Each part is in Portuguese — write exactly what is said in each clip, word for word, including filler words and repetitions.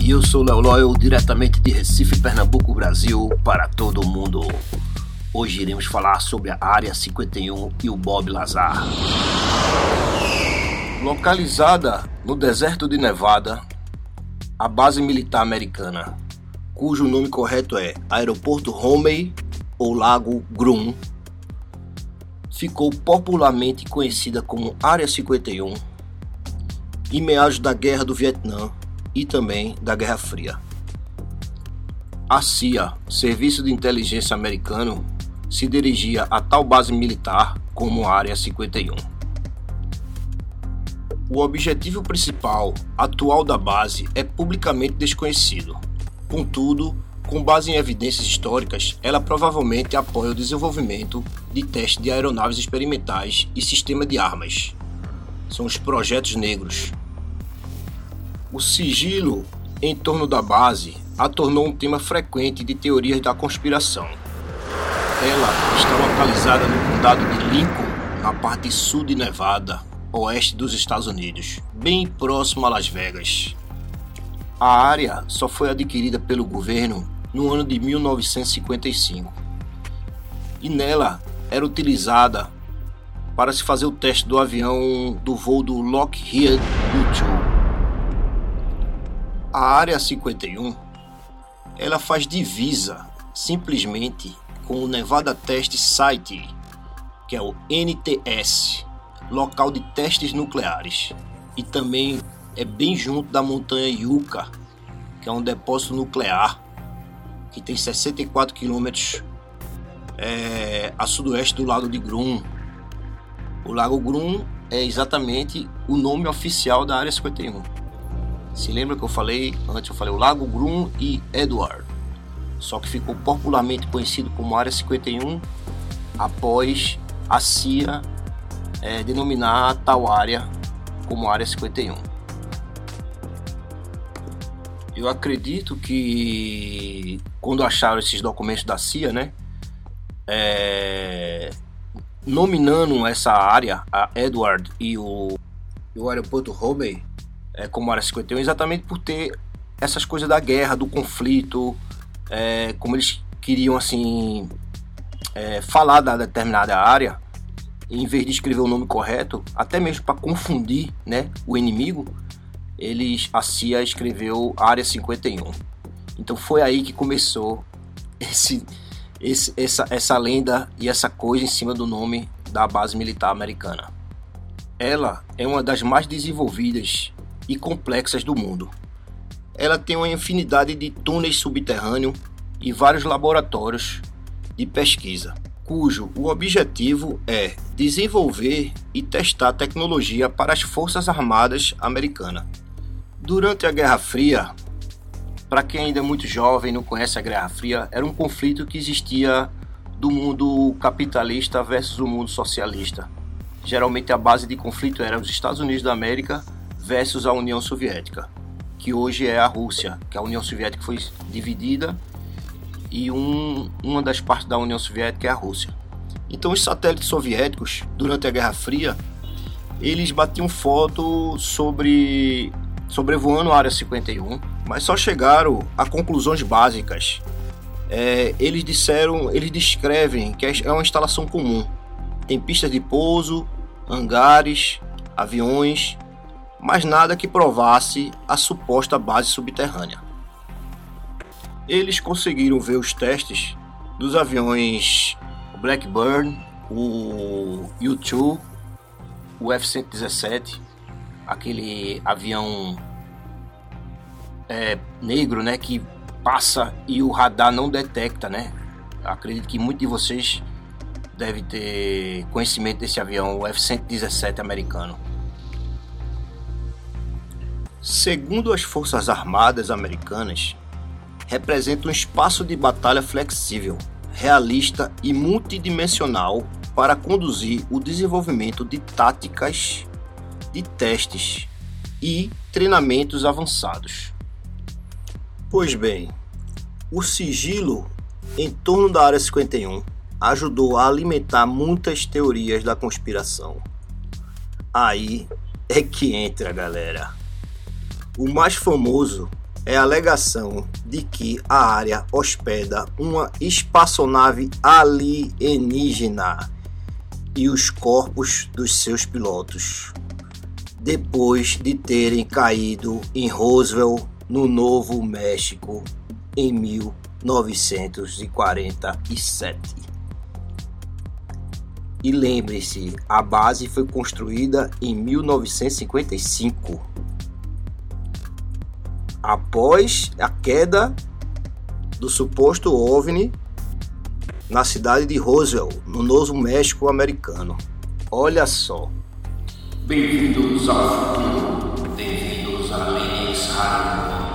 E eu sou Léo Loyal, diretamente de Recife, Pernambuco, Brasil, para todo mundo. Hoje iremos falar sobre a Área cinquenta e um e o Bob Lazar. Localizada no deserto de Nevada, a base militar americana, cujo nome correto é Aeroporto Romney ou Lago Grun, ficou popularmente conhecida como Área cinquenta e um em meados da Guerra do Vietnã e também da Guerra Fria. A C I A, Serviço de Inteligência Americano, se dirigia a tal base militar como Área cinquenta e um. O objetivo principal atual da base é publicamente desconhecido. Contudo, com base em evidências históricas, ela provavelmente apoia o desenvolvimento de testes de aeronaves experimentais e sistema de armas. São os projetos negros. O sigilo em torno da base a tornou um tema frequente de teorias da conspiração. Ela está localizada no condado de Lincoln, na parte sul de Nevada, oeste dos Estados Unidos, bem próximo a Las Vegas. A área só foi adquirida pelo governo no ano de mil novecentos e cinquenta e cinco e nela era utilizada para se fazer o teste do avião do voo do Lockheed U dois. A Área cinquenta e um ela faz divisa simplesmente com o Nevada Test Site, que é o N T S, local de testes nucleares, e também é bem junto da montanha Yucca, que é um depósito nuclear que tem sessenta e quatro quilômetros é, a sudoeste do Lago de Grun. O Lago Grun é exatamente o nome oficial da Área cinquenta e um. Se lembra que eu falei antes, eu falei o Lago Grun e Edward, só que ficou popularmente conhecido como Área cinquenta e um após a C I A é, denominar a tal área como Área cinquenta e um. Eu acredito que quando acharam esses documentos da C I A, né, é, nominando essa área, a Edward e o, e o aeroporto Romney é, como Área cinquenta e um, exatamente por ter essas coisas da guerra, do conflito, é, como eles queriam assim é, falar da determinada área, em vez de escrever o nome correto, até mesmo para confundir, né, o inimigo, eles, a C I A escreveu Área cinquenta e um. Então foi aí que começou esse, esse, essa, essa lenda e essa coisa em cima do nome da base militar americana. Ela é uma das mais desenvolvidas e complexas do mundo. Ela tem uma infinidade de túneis subterrâneos e vários laboratórios de pesquisa, cujo o objetivo é desenvolver e testar tecnologia para as Forças Armadas Americanas. Durante a Guerra Fria, para quem ainda é muito jovem e não conhece a Guerra Fria, era um conflito que existia do mundo capitalista versus o mundo socialista. Geralmente a base de conflito era os Estados Unidos da América versus a União Soviética, que hoje é a Rússia, que a União Soviética foi dividida e um, uma das partes da União Soviética é a Rússia. Então os satélites soviéticos, durante a Guerra Fria, eles batiam foto sobre sobrevoando a Área cinquenta e um, mas só chegaram a conclusões básicas. É, eles disseram, eles descrevem que é uma instalação comum. Tem pistas de pouso, hangares, aviões, mas nada que provasse a suposta base subterrânea. Eles conseguiram ver os testes dos aviões Blackbird, o U dois, o F cento e dezessete, aquele avião é, negro, né, que passa e o radar não detecta, né? Acredito que muitos de vocês devem ter conhecimento desse avião, o F cento e dezessete americano. Segundo as Forças Armadas Americanas, representa um espaço de batalha flexível, realista e multidimensional para conduzir o desenvolvimento de táticas, de testes e treinamentos avançados. Pois bem, o sigilo em torno da Área cinquenta e um ajudou a alimentar muitas teorias da conspiração. Aí é que entra, galera. O mais famoso é a alegação de que a área hospeda uma espaçonave alienígena e os corpos dos seus pilotos, depois de terem caído em Roswell, no Novo México, em mil novecentos e quarenta e sete. E lembre-se, a base foi construída em mil novecentos e cinquenta e cinco, após a queda do suposto OVNI na cidade de Roswell, no Novo México americano. Olha só. Bem-vindos ao futuro. Bem-vindos a Linux Hardware.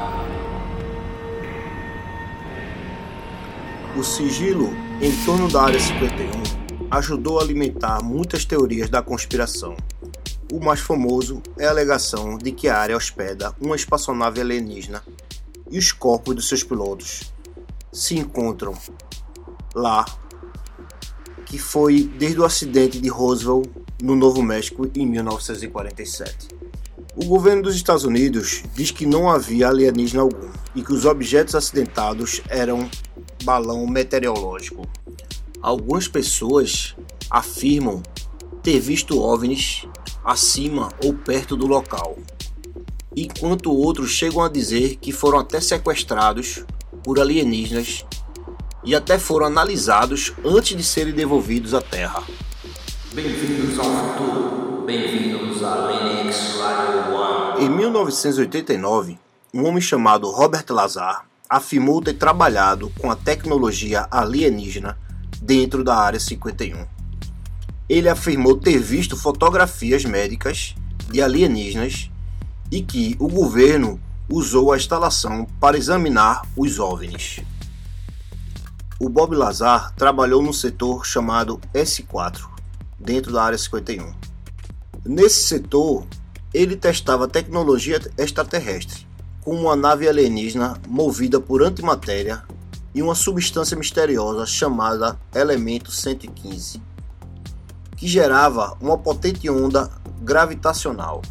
O sigilo em torno da Área cinquenta e um ajudou a alimentar muitas teorias da conspiração. O mais famoso é a alegação de que a área hospeda uma espaçonave alienígena e os corpos dos seus pilotos se encontram lá, que foi desde o acidente de Roswell, no Novo México, em mil novecentos e quarenta e sete. O governo dos Estados Unidos diz que não havia alienígena algum e que os objetos acidentados eram balão meteorológico. Algumas pessoas afirmam ter visto OVNIs acima ou perto do local, enquanto outros chegam a dizer que foram até sequestrados por alienígenas e até foram analisados antes de serem devolvidos à Terra. Bem-vindos ao futuro. Bem-vindos a Linux Hardware. Em mil novecentos e oitenta e nove, um homem chamado Robert Lazar afirmou ter trabalhado com a tecnologia alienígena dentro da Área cinquenta e um. Ele afirmou ter visto fotografias médicas de alienígenas e que o governo usou a instalação para examinar os OVNIs. O Bob Lazar trabalhou no setor chamado S quatro, dentro da Área cinquenta e um. Nesse setor, ele testava tecnologia extraterrestre, como uma nave alienígena movida por antimatéria e uma substância misteriosa chamada elemento cento e quinze, que gerava uma potente onda gravitacional.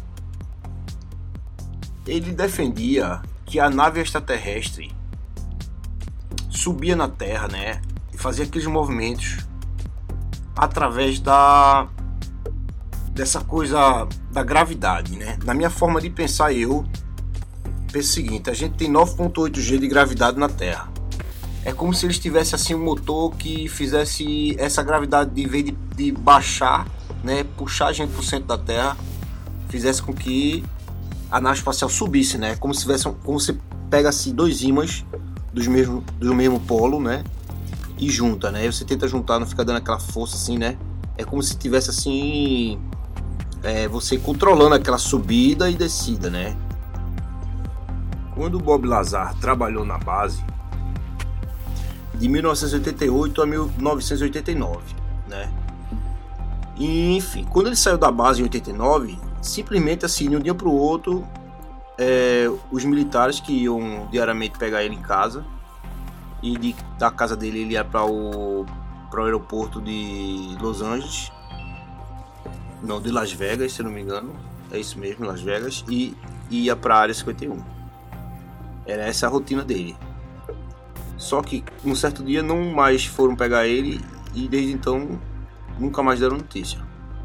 Ele defendia que a nave extraterrestre subia na Terra, né, e fazia aqueles movimentos através da dessa coisa da gravidade, né? Na minha forma de pensar, eu penso o seguinte: a gente tem nove ponto oito G de gravidade na Terra. É como se eles tivessem assim um motor que fizesse essa gravidade, de vez de, de baixar, né, puxar a gente para o centro da Terra, fizesse com que a nave espacial subisse, né? Como se tivesse, como se pega assim dois ímãs dos mesmo, do mesmo polo, né? E junta, né? Aí você tenta juntar, não fica dando aquela força assim, né? É como se tivesse assim, é, você controlando aquela subida e descida, né? Quando o Bob Lazar trabalhou na base, de mil novecentos e oitenta e oito a mil novecentos e oitenta e nove, né? E, enfim, quando ele saiu da base em oitenta e nove, simplesmente assim, de um dia para o outro, é, os militares que iam diariamente pegar ele em casa, e de, da casa dele ele ia para o, para o aeroporto de Los Angeles, não, de Las Vegas, se não me engano, é isso mesmo, Las Vegas, e ia para a Área cinquenta e um. Era essa a rotina dele. Só que um certo dia não mais foram pegar ele e desde então nunca mais deram notícia.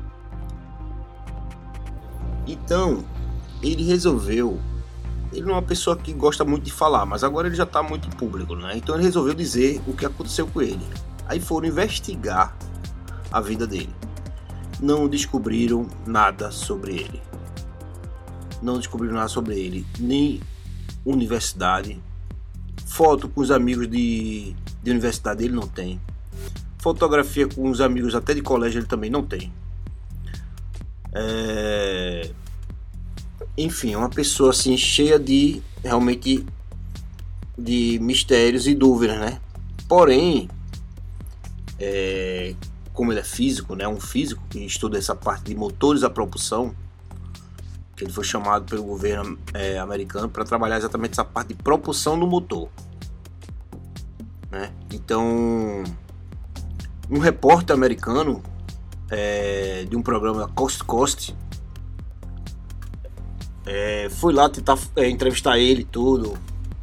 Então ele resolveu, ele não é uma pessoa que gosta muito de falar, mas agora ele já está muito público, né? Então ele resolveu dizer o que aconteceu com ele. Aí foram investigar a vida dele. Não descobriram nada sobre ele. Não descobriram nada sobre ele, nem universidade. Foto com os amigos de, de universidade ele não tem. Fotografia com os amigos até de colégio ele também não tem. É... Enfim, é uma pessoa assim cheia de realmente de mistérios e dúvidas, né? Porém, é... como ele é físico, né? Um físico que estuda essa parte de motores a propulsão, que ele foi chamado pelo governo é, americano para trabalhar exatamente essa parte de propulsão do motor, né? Então, um repórter americano é, de um programa Coast to Coast é, foi lá tentar é, entrevistar ele e tudo,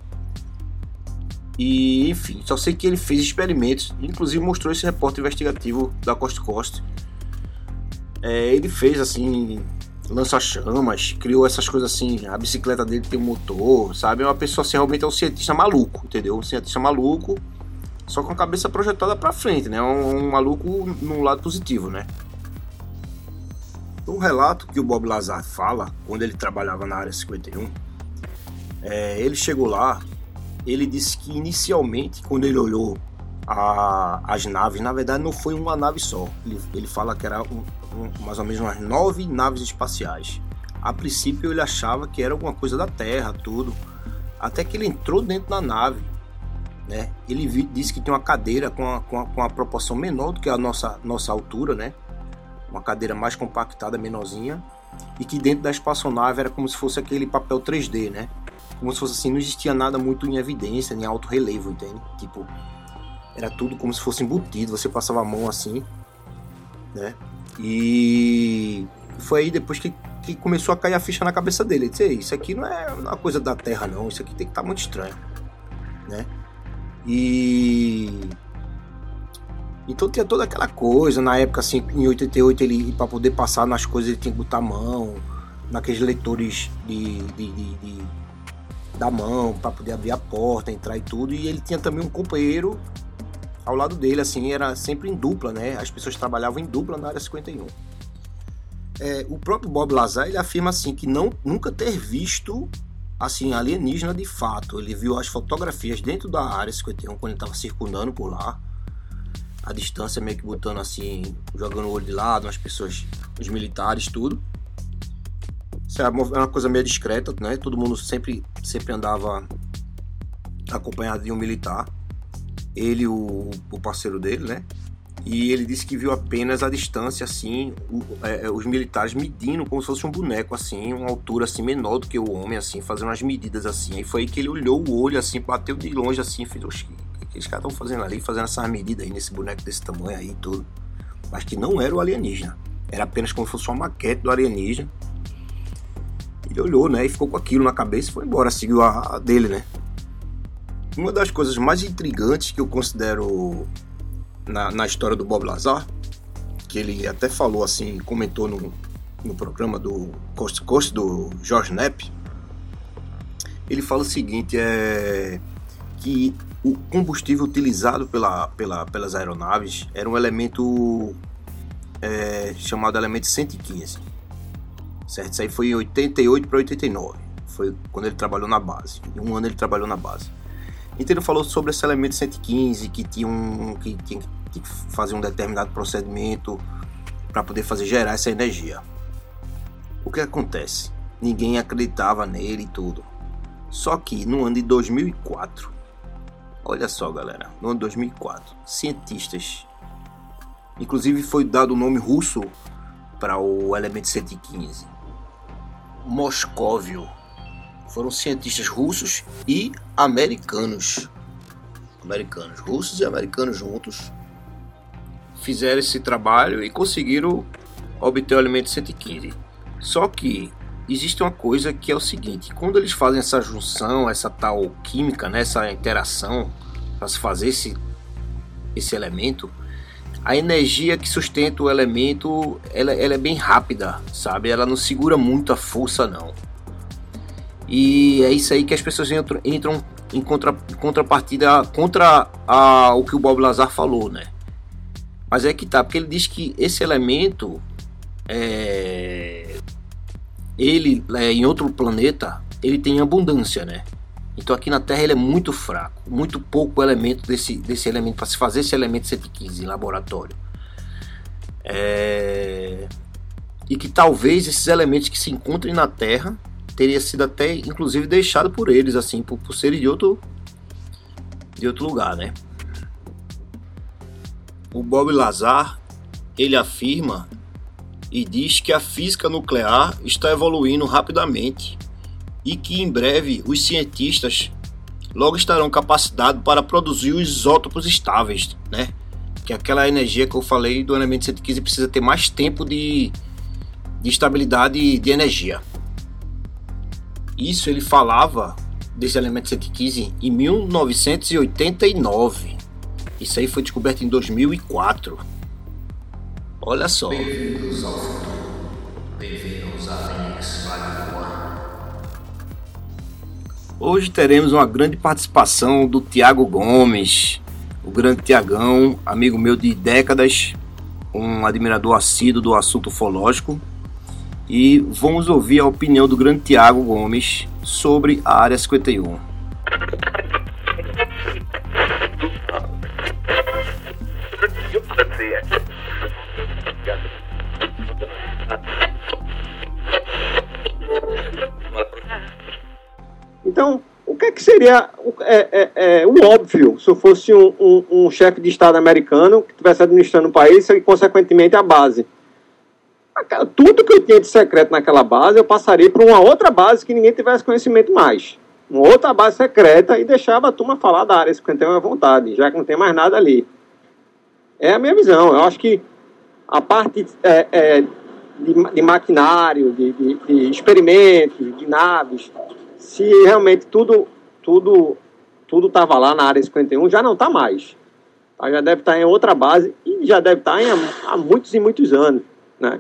E, enfim, só sei que ele fez experimentos, inclusive mostrou esse repórter investigativo da Coast to Coast. É, ele fez, assim, lança-chamas, criou essas coisas assim, a bicicleta dele tem um motor, sabe? É uma pessoa, assim, realmente é um cientista maluco, entendeu? Um cientista maluco, só com a cabeça projetada pra frente, né? Um, um maluco num lado positivo, né? O relato que o Bob Lazar fala, quando ele trabalhava na Área cinquenta e um, é, ele chegou lá, ele disse que inicialmente, quando ele olhou a, as naves, na verdade não foi uma nave só, ele, ele fala que era um, um, mais ou menos umas nove naves espaciais. A princípio ele achava que era alguma coisa da Terra, tudo, até que ele entrou dentro da nave, né? Ele vi, disse que tem uma cadeira com a, com, a, com a proporção menor do que a nossa, nossa altura, né? Uma cadeira mais compactada, menorzinha, e que dentro da espaçonave era como se fosse aquele papel três D, né? Como se fosse assim, não existia nada muito em evidência, nem alto relevo, entende? Tipo, era tudo como se fosse embutido, você passava a mão assim, né? E foi aí depois que, que começou a cair a ficha na cabeça dele. Ele disse, isso aqui não é uma coisa da Terra não, isso aqui tem que estar muito estranho, né? E... então tinha toda aquela coisa, na época assim, em oitenta e oito, ele, para poder passar nas coisas, ele tinha que botar a mão naqueles leitores de... de, de, de da mão, para poder abrir a porta, entrar e tudo, e ele tinha também um companheiro ao lado dele, assim, era sempre em dupla, né, as pessoas trabalhavam em dupla na Área cinquenta e um. É, o próprio Bob Lazar, ele afirma assim, que não, nunca ter visto, assim, alienígena de fato. Ele viu as fotografias dentro da Área cinquenta e um, quando ele estava circundando por lá, a distância meio que botando assim, jogando o olho de lado, as pessoas, os militares, tudo. Isso é uma coisa meio discreta, né? Todo mundo sempre, sempre andava acompanhado de um militar. Ele, o, o parceiro dele, né? E ele disse que viu apenas a distância, assim, o, é, os militares medindo como se fosse um boneco, assim, uma altura assim menor do que o homem, assim, fazendo umas medidas assim. Aí foi aí que ele olhou o olho, assim, bateu de longe, assim, e fez, oxe, o que eles caras estão fazendo ali, fazendo essas medidas aí nesse boneco desse tamanho aí e tudo. Mas que não era o alienígena, era apenas como se fosse uma maquete do alienígena. Ele olhou, né, e ficou com aquilo na cabeça e foi embora, seguiu a, a dele, né. Uma das coisas mais intrigantes que eu considero na, na história do Bob Lazar, que ele até falou assim, comentou no, no programa do Coast to Coast do George Knapp, ele fala o seguinte, é que o combustível utilizado pela, pela, pelas aeronaves era um elemento é, chamado elemento cento e quinze. Certo? Isso aí foi em oitenta e oito para oitenta e nove. Foi quando ele trabalhou na base. Em um ano ele trabalhou na base. Então ele falou sobre esse elemento cento e quinze, que tinha, um, que tinha que fazer um determinado procedimento para poder fazer gerar essa energia. O que acontece? Ninguém acreditava nele e tudo. Só que no ano de dois mil e quatro, olha só galera, no ano de dois mil e quatro, cientistas, inclusive foi dado o nome russo para o elemento cento e quinze, Moscóvio. Foram cientistas russos e americanos. Americanos, russos e americanos juntos fizeram esse trabalho e conseguiram obter o elemento cento e quinze. Só que existe uma coisa que é o seguinte, quando eles fazem essa junção, essa tal química, né, essa interação para se fazer esse, esse elemento, a energia que sustenta o elemento, ela, ela é bem rápida, sabe? Ela não segura muito a força, não. E é isso aí que as pessoas entram, entram em contra, contrapartida contra a, o que o Bob Lazar falou, né? Mas é que tá, porque ele diz que esse elemento, é, ele é, em outro planeta, ele tem abundância, né? Então aqui na Terra ele é muito fraco, muito pouco elemento desse, desse elemento para se fazer esse elemento cento e quinze em laboratório. É... E que talvez esses elementos que se encontrem na Terra teria sido até inclusive deixado por eles, assim, por, por serem de outro, de outro lugar, né? O Bob Lazar, ele afirma e diz que a física nuclear está evoluindo rapidamente e que em breve os cientistas logo estarão capacitados para produzir os isótopos estáveis, né? Que é aquela energia que eu falei do elemento cento e quinze precisa ter mais tempo de, de estabilidade de energia. Isso ele falava desse elemento cento e quinze em mil novecentos e oitenta e nove. Isso aí foi descoberto em dois mil e quatro. Olha só. Bem-vindos ao futuro. Bem-vindos a Linux Radio One. Hoje teremos uma grande participação do Tiago Gomes, o grande Tiagão, amigo meu de décadas, um admirador assíduo do assunto ufológico. E vamos ouvir a opinião do grande Tiago Gomes sobre a Área cinquenta e um. Então, o que é que seria é, é, é, o óbvio se eu fosse um, um, um chefe de Estado americano que estivesse administrando o país e, consequentemente, a base? Tudo que eu tinha de secreto naquela base, eu passaria para uma outra base que ninguém tivesse conhecimento mais. Uma outra base secreta e deixava a turma falar da Área cinquenta e um à vontade, já que não tem mais nada ali. É a minha visão. Eu acho que a parte é, é, de, de maquinário, de, de, de experimentos, de naves, se realmente tudo tudo tudo estava lá na Área cinquenta e um, já não está mais. Tá? Já deve estar em outra base e já deve estar em, há muitos e muitos anos, né?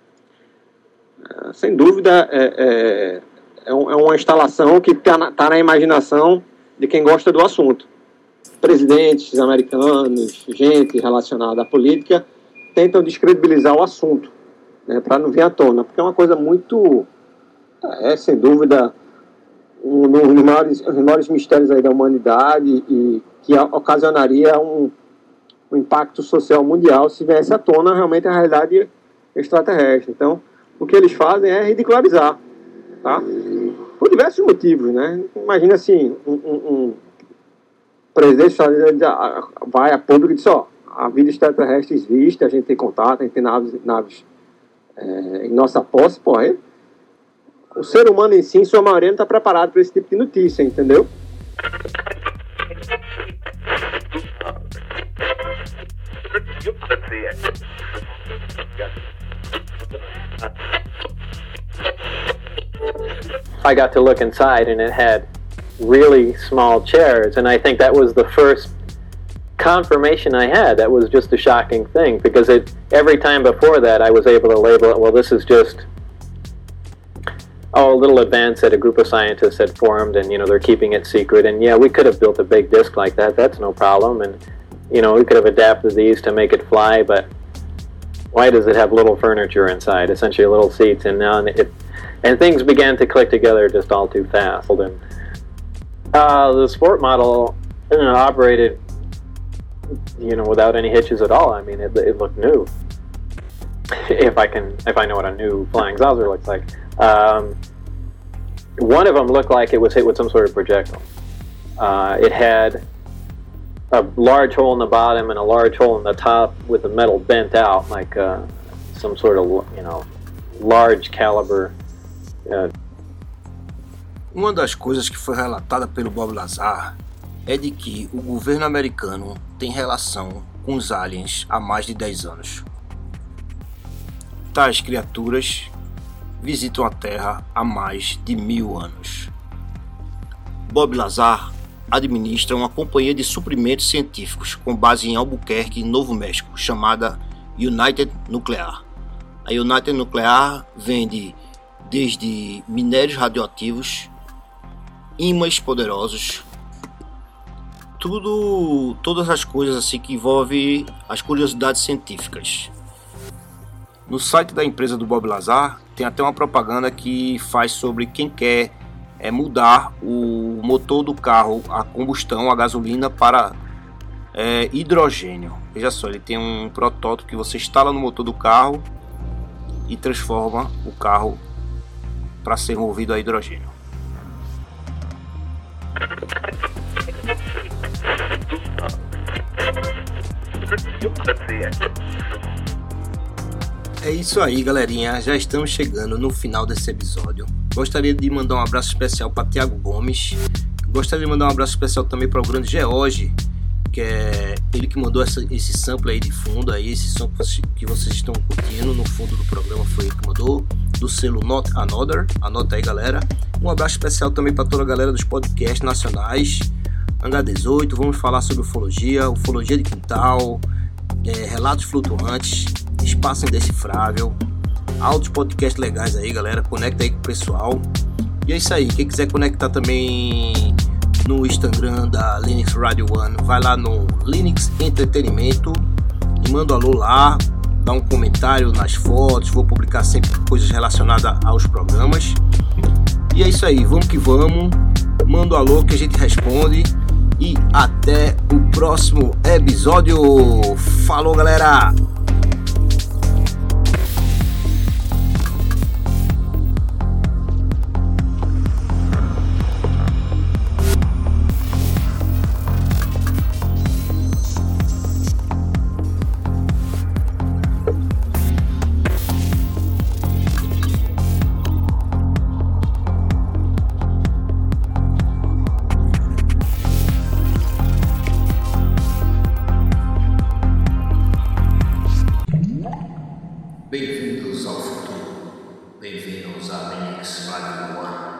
Sem dúvida, é, é, é uma instalação que está na, tá na imaginação de quem gosta do assunto. Presidentes americanos, gente relacionada à política, tentam descredibilizar o assunto, né, para não vir à tona, porque é uma coisa muito, é, sem dúvida, um dos maiores, um dos maiores mistérios aí da humanidade e que ocasionaria um, um impacto social mundial se viesse à tona realmente a realidade extraterrestre. Então, o que eles fazem é ridicularizar, tá? Por diversos motivos, né? Imagina assim, um, um, um presidente vai a público e diz, ó, a vida extraterrestre existe, a gente tem contato, a gente tem naves, naves é, em nossa posse, pô, aí, o ser humano em si, em sua maioria, não está preparado para esse tipo de notícia, entendeu? I got to look inside and it had really small chairs, and I think that was the first confirmation I had. That was just a shocking thing, because it every time before that I was able to label it, well, this is just oh, a little advance that a group of scientists had formed, and you know, they're keeping it secret, and yeah, we could have built a big disc like that, that's no problem, and you know, we could have adapted these to make it fly, but why does it have little furniture inside, essentially little seats, and now it and things began to click together just all too fast. And uh, the sport model, you know, operated, you know, without any hitches at all. I mean, it, it looked new. If I can, if I know what a new flying saucer looks like. Um, one of them looked like it was hit with some sort of projectile. Uh, it had a large hole in the bottom and a large hole in the top with the metal bent out, like uh, some sort of, you know, large caliber. Uh... Uma das coisas que foi relatada pelo Bob Lazar é de que o governo americano tem relação com os aliens há mais de dez anos. Tais criaturas visitam a Terra há mais de mil anos. Bob Lazar administra uma companhia de suprimentos científicos com base em Albuquerque, Novo México, chamada United Nuclear. A United Nuclear vende desde minérios radioativos, ímãs poderosos, tudo, todas as coisas assim que envolvem as curiosidades científicas. No site da empresa do Bob Lazar tem até uma propaganda que faz sobre quem quer é, mudar o motor do carro a combustão, a gasolina, para é, hidrogênio. Veja só, ele tem um protótipo que você instala no motor do carro e transforma o carro para ser movido a hidrogênio. É isso aí, galerinha. Já estamos chegando no final desse episódio. Gostaria de mandar um abraço especial para Tiago Gomes. Gostaria de mandar um abraço especial também para o grande George, que é ele que mandou essa, esse sample aí de fundo, aí, esse som que vocês, que vocês estão curtindo no fundo do programa foi ele que mandou, do selo Not Another. Anota aí, galera. Um abraço especial também para toda a galera dos podcasts nacionais. H dezoito, vamos falar sobre ufologia, ufologia de quintal, é, relatos flutuantes, espaço indecifrável, altos podcasts legais aí, galera. Conecta aí com o pessoal. E é isso aí, quem quiser conectar também no Instagram da Linux Radio One, vai lá no Linux Entretenimento e manda um alô lá, dá um comentário nas fotos, vou publicar sempre coisas relacionadas aos programas. E é isso aí, vamos que vamos, manda um alô que a gente responde e até o próximo episódio. Falou, galera! Bem-vindos ao futuro. Bem-vindos à Linux Radio One.